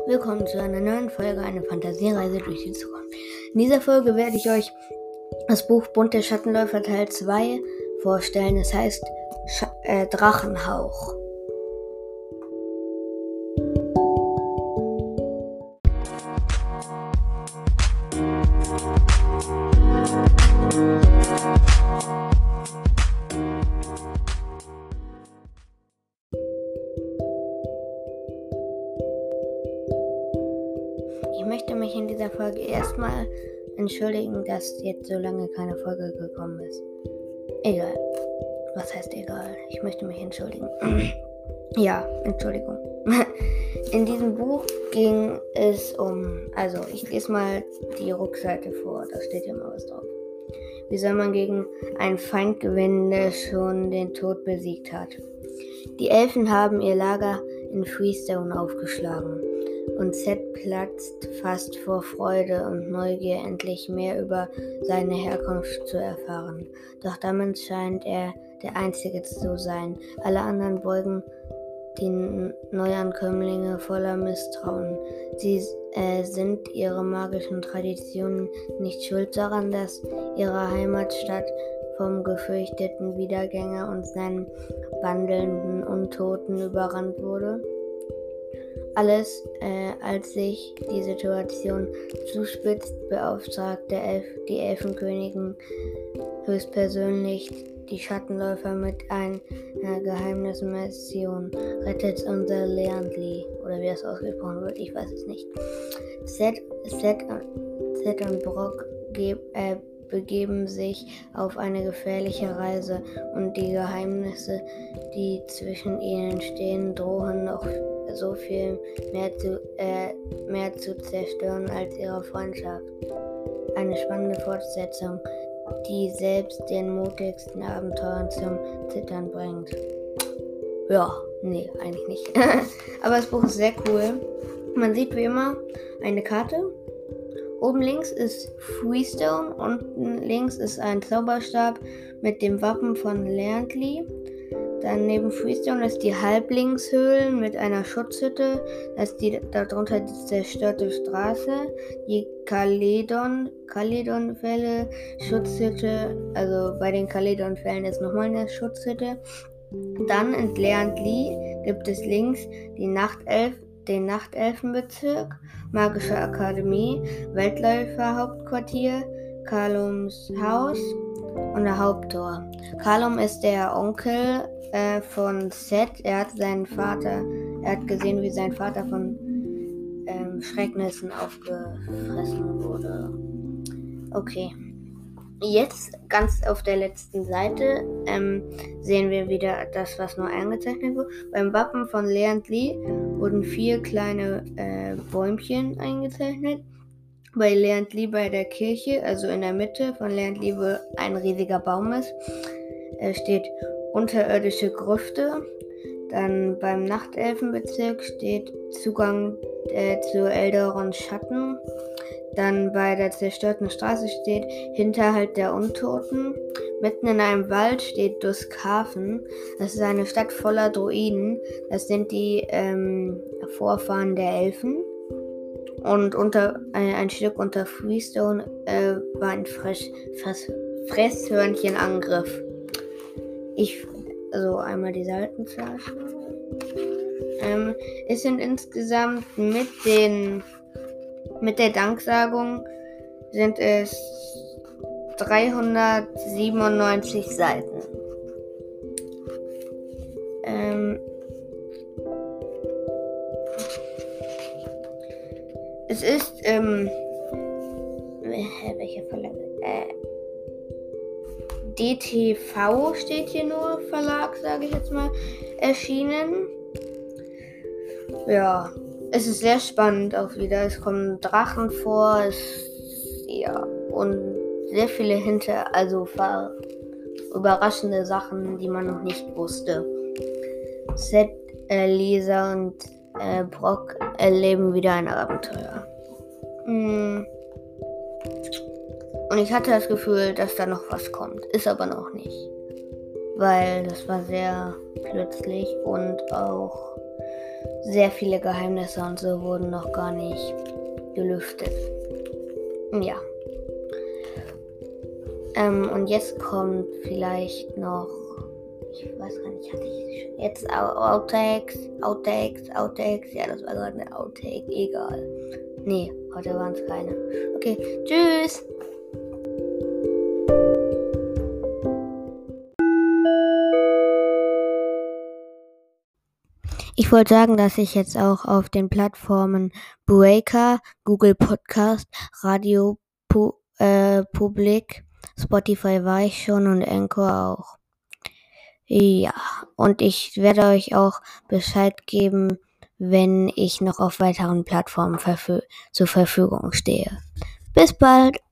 Willkommen zu einer neuen Folge, eine Fantasiereise durch die Zukunft. In dieser Folge werde ich euch das Buch Bunte Schattenläufer Teil 2 vorstellen. Es heißt Drachenhauch. Ich möchte mich in dieser Folge erstmal entschuldigen, dass jetzt so lange keine Folge gekommen ist. Egal. Was heißt egal? Ich möchte mich entschuldigen. Ja, Entschuldigung. In diesem Buch ging es also ich lese mal die Rückseite vor, da steht ja mal was drauf. Wie soll man gegen einen Feind gewinnen, der schon den Tod besiegt hat? Die Elfen haben ihr Lager in Freestone aufgeschlagen. Und Seth platzt fast vor Freude und Neugier, endlich mehr über seine Herkunft zu erfahren. Doch damit scheint er der Einzige zu sein. Alle anderen beugen die Neuankömmlinge voller Misstrauen. Sie sind ihre magischen Traditionen nicht schuld daran, dass ihre Heimatstadt vom gefürchteten Wiedergänger und seinen wandelnden Untoten überrannt wurde. Als sich die Situation zuspitzt, beauftragt die Elfenkönigin höchstpersönlich die Schattenläufer mit einer Geheimnismission. Rettet unser Leandli, oder wie es ausgesprochen wird, ich weiß es nicht. Seth und Brock begeben sich auf eine gefährliche Reise und die Geheimnisse, die zwischen ihnen stehen, drohen noch so viel mehr zu zerstören als ihre Freundschaft. Eine spannende Fortsetzung, die selbst den mutigsten Abenteuern zum Zittern bringt. Ja, nee, eigentlich nicht. Aber das Buch ist sehr cool. Man sieht wie immer eine Karte. Oben links ist Freestone, unten links ist ein Zauberstab mit dem Wappen von Leandli. Dann neben Freestone ist die Halblingshöhlen mit einer Schutzhütte. Das ist darunter die zerstörte Straße, die Caledon-Fälle, Schutzhütte, also bei den Caledon-Fällen ist nochmal eine Schutzhütte. Dann in Leandli gibt es links den Nachtelfenbezirk, Magische Akademie, Weltläufer-Hauptquartier, Kalums Haus und der Haupttor. Kalum ist der Onkel von Seth. Er hat gesehen, wie sein Vater von Schrecknissen aufgefressen wurde. Okay. Jetzt ganz auf der letzten Seite sehen wir wieder das, was nur eingezeichnet wurde. Beim Wappen von Leandli wurden 4 kleine Bäumchen eingezeichnet. Bei Leandli bei der Kirche, also in der Mitte von Leandli, wo ein riesiger Baum ist, steht unterirdische Grüfte. Dann beim Nachtelfenbezirk steht Zugang zu Eldorons Schatten. Dann bei der zerstörten Straße steht Hinterhalt der Untoten. Mitten in einem Wald steht Duskhafen. Das ist eine Stadt voller Druiden. Das sind die Vorfahren der Elfen. Und ein Stück unter Freestone war ein Fresshörnchenangriff. Also einmal die Seitenzahl. Es sind insgesamt mit der Danksagung sind es 397 Seiten. Es ist welcher Verlag? DTV steht hier nur, Verlag, sage ich jetzt mal, erschienen. Ja, es ist sehr spannend auch wieder. Es kommen Drachen vor, und sehr viele überraschende Sachen, die man noch nicht wusste. Seth, Lisa und Brock erleben wieder ein Abenteuer. Und ich hatte das Gefühl, dass da noch was kommt. Ist aber noch nicht. Weil das war sehr plötzlich und auch sehr viele Geheimnisse und so wurden noch gar nicht gelüftet. Ja. Und jetzt kommt vielleicht noch, ich weiß gar nicht, hatte ich schon jetzt Outtakes? Ja, das war gerade eine Outtake, egal. Nee, heute waren es keine. Okay, tschüss! Ich wollte sagen, dass ich jetzt auch auf den Plattformen Breaker, Google Podcast, Radio Public, Spotify war ich schon und Anchor auch. Ja, und ich werde euch auch Bescheid geben, wenn ich noch auf weiteren Plattformen zur Verfügung stehe. Bis bald!